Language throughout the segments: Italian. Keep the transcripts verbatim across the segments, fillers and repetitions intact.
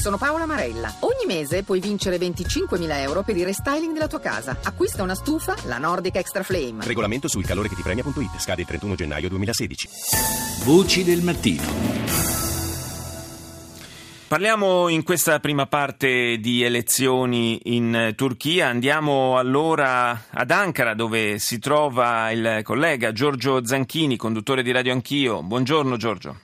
sono Paola Marella. Ogni mese puoi vincere venticinquemila euro per il restyling della tua casa. Acquista una stufa, la Nordic Extra Flame. Regolamento sul calore che ti premia punto it. Scade il trentuno gennaio duemilasedici. Voci del mattino. Parliamo in questa prima parte di elezioni in Turchia. Andiamo allora ad Ankara, dove si trova il collega Giorgio Zanchini, conduttore di Radio Anch'io. Buongiorno Giorgio.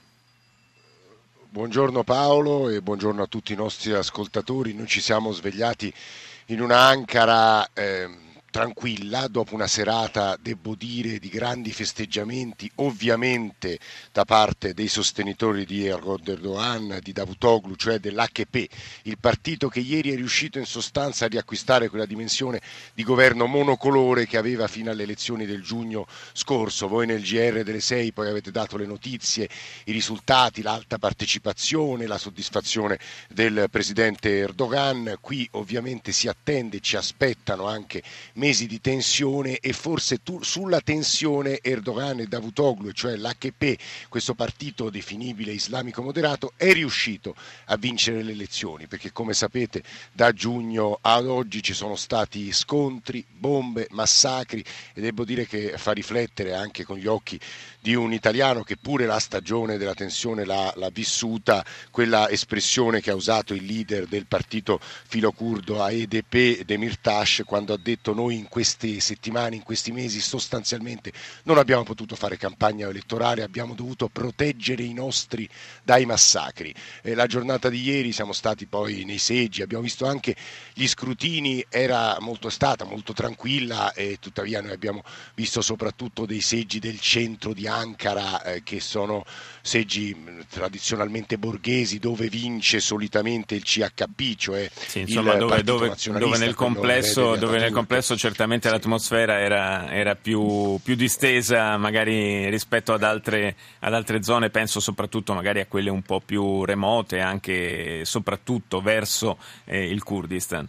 Buongiorno Paolo e buongiorno a tutti i nostri ascoltatori. Noi ci siamo svegliati in una Ankara eh, tranquilla dopo una serata, devo dire, di grandi festeggiamenti, ovviamente da parte dei sostenitori di Erdogan, di Davutoglu, cioè dell'A K P, il partito che ieri è riuscito in sostanza a riacquistare quella dimensione di governo monocolore che aveva fino alle elezioni del giugno scorso. Voi nel G R delle sei poi avete dato le notizie, i risultati, l'alta partecipazione, la soddisfazione del presidente Erdogan. Qui ovviamente si attende, ci aspettano anche mesi di tensione e forse tu, sulla tensione Erdogan e Davutoglu, cioè l'A K P, questo partito definibile islamico moderato, è riuscito a vincere le elezioni, perché come sapete da giugno ad oggi ci sono stati scontri, bombe, massacri, e devo dire che fa riflettere anche con gli occhi di un italiano che pure la stagione della tensione l'ha, l'ha vissuta, quella espressione che ha usato il leader del partito filocurdo A E D P, Demirtas, quando ha detto: noi in queste settimane, in questi mesi sostanzialmente non abbiamo potuto fare campagna elettorale, abbiamo dovuto proteggere i nostri dai massacri. Eh, la giornata di ieri siamo stati poi nei seggi, abbiamo visto anche gli scrutini, era molto stata molto tranquilla, e tuttavia noi abbiamo visto soprattutto dei seggi del centro di Ankara eh, che sono seggi mh, tradizionalmente borghesi, dove vince solitamente il C H P, cioè sì, insomma, il dove, partito dove, nazionalista, dove nel complesso, dove nel complesso certamente sì. L'atmosfera era, era più, più distesa magari rispetto ad altre, ad altre zone, penso soprattutto magari a quelle un po' più remote, anche soprattutto verso eh, il Kurdistan,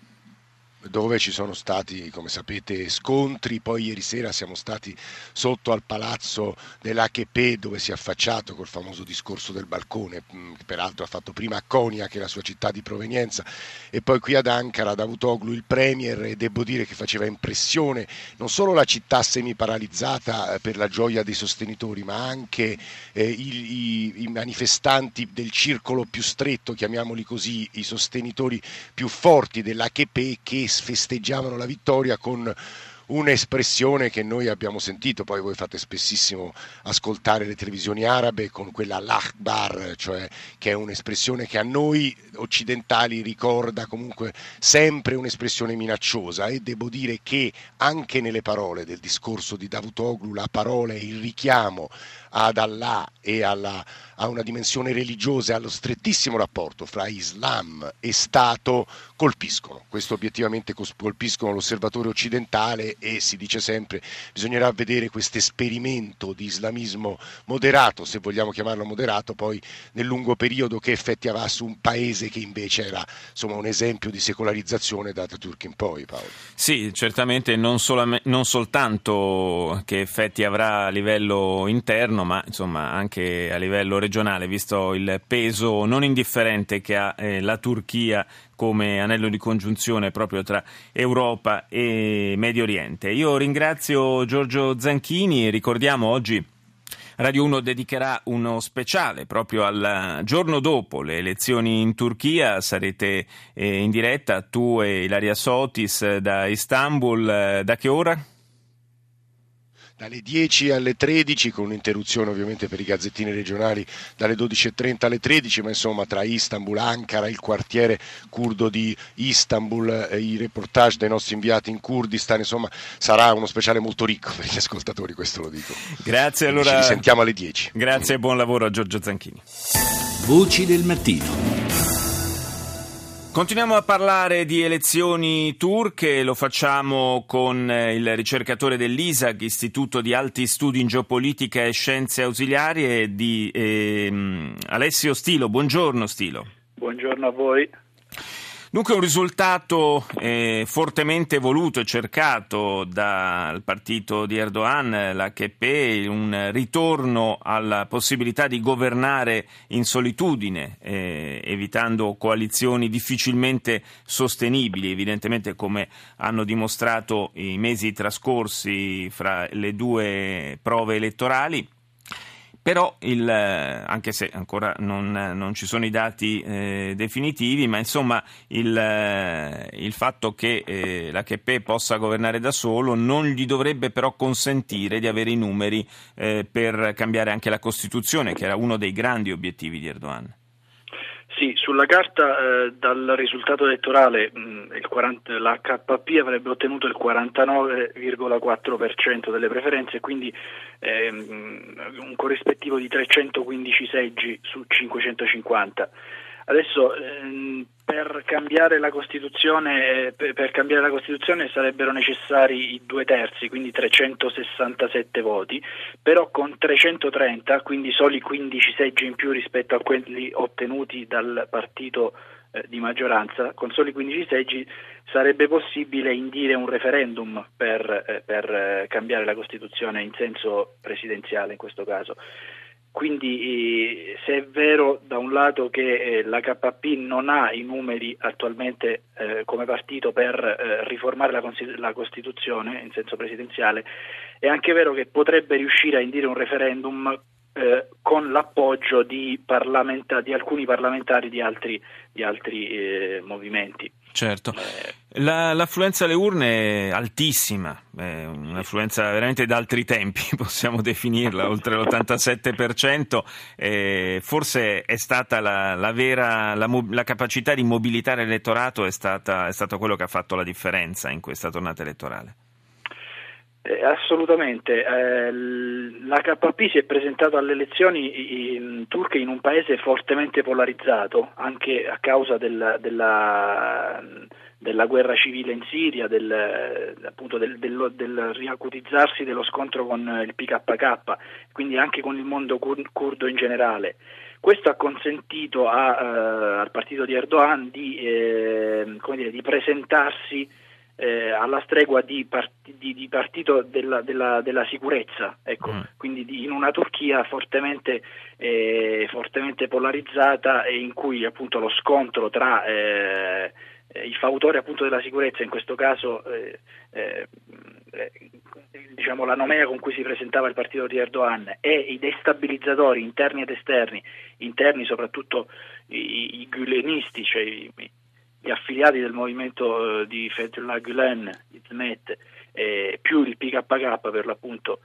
dove ci sono stati, come sapete, scontri. Poi ieri sera siamo stati sotto al palazzo dell'A K P, dove si è affacciato col famoso discorso del balcone, che peraltro ha fatto prima a Konya, che è la sua città di provenienza, e poi qui ad Ankara Davutoglu, il premier, e devo dire che faceva impressione non solo la città semiparalizzata per la gioia dei sostenitori, ma anche eh, i, i, i manifestanti del circolo più stretto, chiamiamoli così, i sostenitori più forti dell'A K P, che festeggiavano la vittoria con un'espressione che noi abbiamo sentito, poi voi fate spessissimo ascoltare le televisioni arabe, con quella Allah Akbar, cioè che è un'espressione che a noi occidentali ricorda comunque sempre un'espressione minacciosa, e devo dire che anche nelle parole del discorso di Davutoglu la parola e il richiamo ad Allah e alla, a una dimensione religiosa e allo strettissimo rapporto fra Islam e Stato colpiscono. Questo obiettivamente colpiscono l'osservatore occidentale, e si dice sempre bisognerà vedere questo esperimento di islamismo moderato, se vogliamo chiamarlo moderato, poi nel lungo periodo, che effetti avrà su un paese che invece era insomma un esempio di secolarizzazione da Ataturk in poi, Paolo. Sì, certamente non, solame, non soltanto che effetti avrà a livello interno, ma insomma anche a livello regionale, visto il peso non indifferente che ha eh, la Turchia come anello di congiunzione proprio tra Europa e Medio Oriente. Io ringrazio Giorgio Zanchini e ricordiamo oggi Radio uno dedicherà uno speciale proprio al giorno dopo le elezioni in Turchia. Sarete eh, in diretta tu e Ilaria Sotis da Istanbul. Da che ora? Dalle dieci alle tredici, con un'interruzione ovviamente per i gazzettini regionali dalle dodici e trenta alle tredici, ma insomma tra Istanbul, Ankara, il quartiere curdo di Istanbul, eh, i reportage dei nostri inviati in Kurdistan, insomma sarà uno speciale molto ricco per gli ascoltatori, questo lo dico. Grazie, allora ci risentiamo alle dieci. Grazie e buon lavoro a Giorgio Zanchini. Voci del mattino. Continuiamo a parlare di elezioni turche, lo facciamo con il ricercatore dell'I S A G, Istituto di Alti Studi in Geopolitica e Scienze Ausiliarie, di eh, Alessio Stilo. Buongiorno Stilo. Buongiorno a voi. Dunque un risultato eh, fortemente voluto e cercato dal partito di Erdogan, l'A K P, un ritorno alla possibilità di governare in solitudine, eh, evitando coalizioni difficilmente sostenibili, evidentemente come hanno dimostrato i mesi trascorsi fra le due prove elettorali. Però, il, anche se ancora non, non ci sono i dati eh, definitivi, ma insomma il, eh, il fatto che eh, l'A K P possa governare da solo non gli dovrebbe però consentire di avere i numeri eh, per cambiare anche la Costituzione, che era uno dei grandi obiettivi di Erdogan. Sì, sulla carta eh, dal risultato elettorale mh, il quaranta, la K P avrebbe ottenuto il quarantanove virgola quattro per cento delle preferenze, quindi eh, un corrispettivo di trecentoquindici seggi su cinquecentocinquanta. Adesso ehm, per cambiare la Costituzione, eh, per, per cambiare la Costituzione sarebbero necessari i due terzi, quindi trecentosessantasette voti, però con trecentotrenta, quindi soli quindici seggi in più rispetto a quelli ottenuti dal partito eh, di maggioranza, con soli quindici seggi sarebbe possibile indire un referendum per, eh, per eh, cambiare la Costituzione in senso presidenziale in questo caso. Quindi se è vero da un lato che eh, la K P non ha i numeri attualmente eh, come partito per eh, riformare la, la Costituzione in senso presidenziale, è anche vero che potrebbe riuscire a indire un referendum eh, con l'appoggio di, parlamenta- di alcuni parlamentari di altri, di altri eh, movimenti. Certo. La, l'affluenza alle urne è altissima, è un'affluenza veramente d'altri tempi, possiamo definirla, oltre l'ottantasette per cento. Eh, forse è stata la, la vera la, la capacità di mobilitare l'elettorato è stata è stato quello che ha fatto la differenza in questa tornata elettorale. Eh, assolutamente, eh, la K P si è presentato alle elezioni in, turche in un paese fortemente polarizzato, anche a causa del, della, della guerra civile in Siria, del, appunto del, del, del riacutizzarsi dello scontro con il P K K, quindi anche con il mondo cur- curdo in generale. Questo ha consentito a, uh, al partito di Erdogan di, eh, come dire, di presentarsi Eh, alla stregua di, part- di, di partito della, della, della sicurezza, ecco, mm. quindi di, in una Turchia fortemente, eh, fortemente polarizzata e in cui appunto lo scontro tra eh, i fautori appunto della sicurezza, in questo caso eh, eh, diciamo la nomea con cui si presentava il partito di Erdogan, e i destabilizzatori interni ed esterni, interni soprattutto i, i gülenisti, cioè i, gli affiliati del movimento eh, di Fethullah Gülen, Hizmet, eh, più il P K K per l'appunto,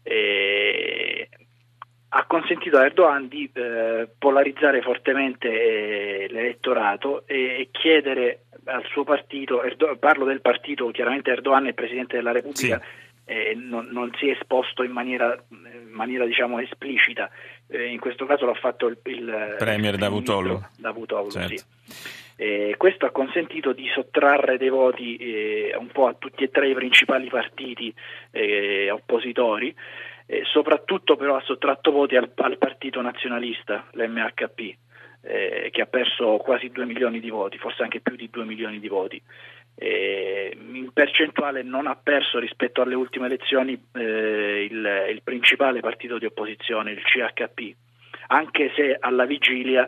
eh, ha consentito a Erdogan di eh, polarizzare fortemente eh, l'elettorato e, e chiedere al suo partito, Erdo- parlo del partito, chiaramente Erdogan è Presidente della Repubblica, sì. eh, non, non si è esposto in maniera, in maniera diciamo esplicita, eh, in questo caso l'ha fatto il, il Premier Davutoglu. Davutoglu, certo. sì. Eh, questo ha consentito di sottrarre dei voti eh, un po' a tutti e tre i principali partiti eh, oppositori, eh, soprattutto però ha sottratto voti al, al partito nazionalista, l'M H P, eh, che ha perso quasi due milioni di voti, forse anche più di due milioni di voti. Eh, in percentuale non ha perso rispetto alle ultime elezioni eh, il, il principale partito di opposizione, il C H P, anche se alla vigilia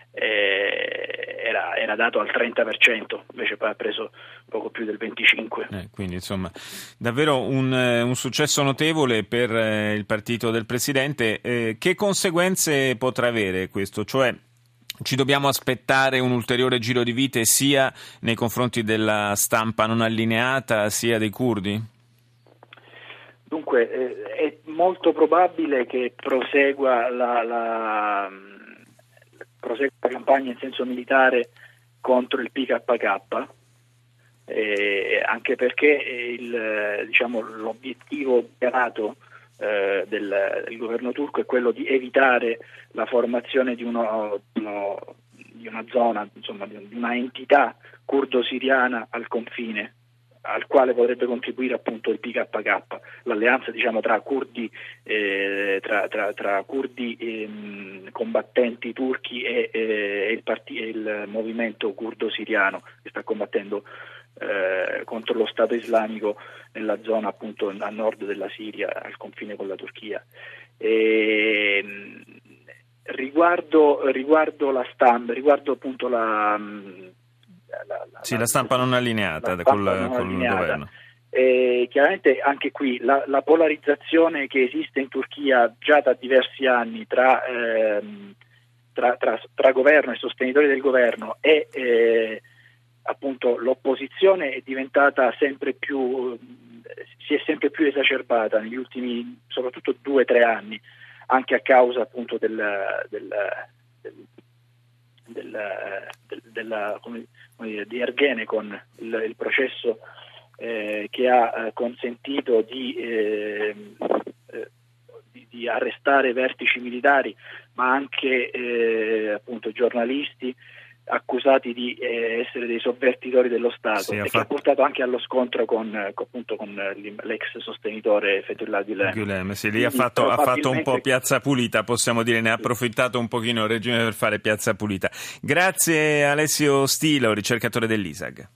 Eh, era, era dato al trenta per cento, invece poi ha preso poco più del venticinque per cento. Eh, quindi insomma davvero un, un successo notevole per eh, il partito del Presidente. Eh, che conseguenze potrà avere questo? Cioè ci dobbiamo aspettare un ulteriore giro di vite sia nei confronti della stampa non allineata sia dei curdi? Dunque eh, è molto probabile che prosegua la, la prosegue la campagna in senso militare contro il P K K, eh, anche perché il, diciamo, l'obiettivo dichiarato eh, del, del governo turco è quello di evitare la formazione di, uno, uno, di una zona, insomma, di una entità curdo-siriana al confine al quale potrebbe contribuire appunto il P K K, l'alleanza diciamo tra curdi, eh, tra, tra, tra curdi ehm, combattenti turchi e, e il, part- il movimento curdo siriano che sta combattendo eh, contro lo Stato islamico nella zona appunto a nord della Siria, al confine con la Turchia. E, riguardo, riguardo la stampa, riguardo appunto la La, la, sì, la stampa non allineata la col, non col allineata. governo. E chiaramente anche qui la, la polarizzazione che esiste in Turchia già da diversi anni tra, ehm, tra, tra, tra governo e sostenitori del governo e eh, appunto l'opposizione è diventata sempre più, si è sempre più esacerbata negli ultimi soprattutto due o tre anni, anche a causa appunto del, del, del Del, del, della, come, come dire, di Ergenekon, il, il processo eh, che ha eh, consentito di, eh, eh, di, di arrestare vertici militari, ma anche eh, appunto giornalisti accusati di eh, essere dei sovvertitori dello Stato, sì, e fatto... che ha portato anche allo scontro con, appunto, con l'ex sostenitore Fethullah Gülen. Gülen sì, lì ha fatto, probabilmente... ha fatto un po' piazza pulita, possiamo dire, ne ha approfittato un pochino il regime per fare piazza pulita. Grazie Alessio Stilo, ricercatore dell'I S A G.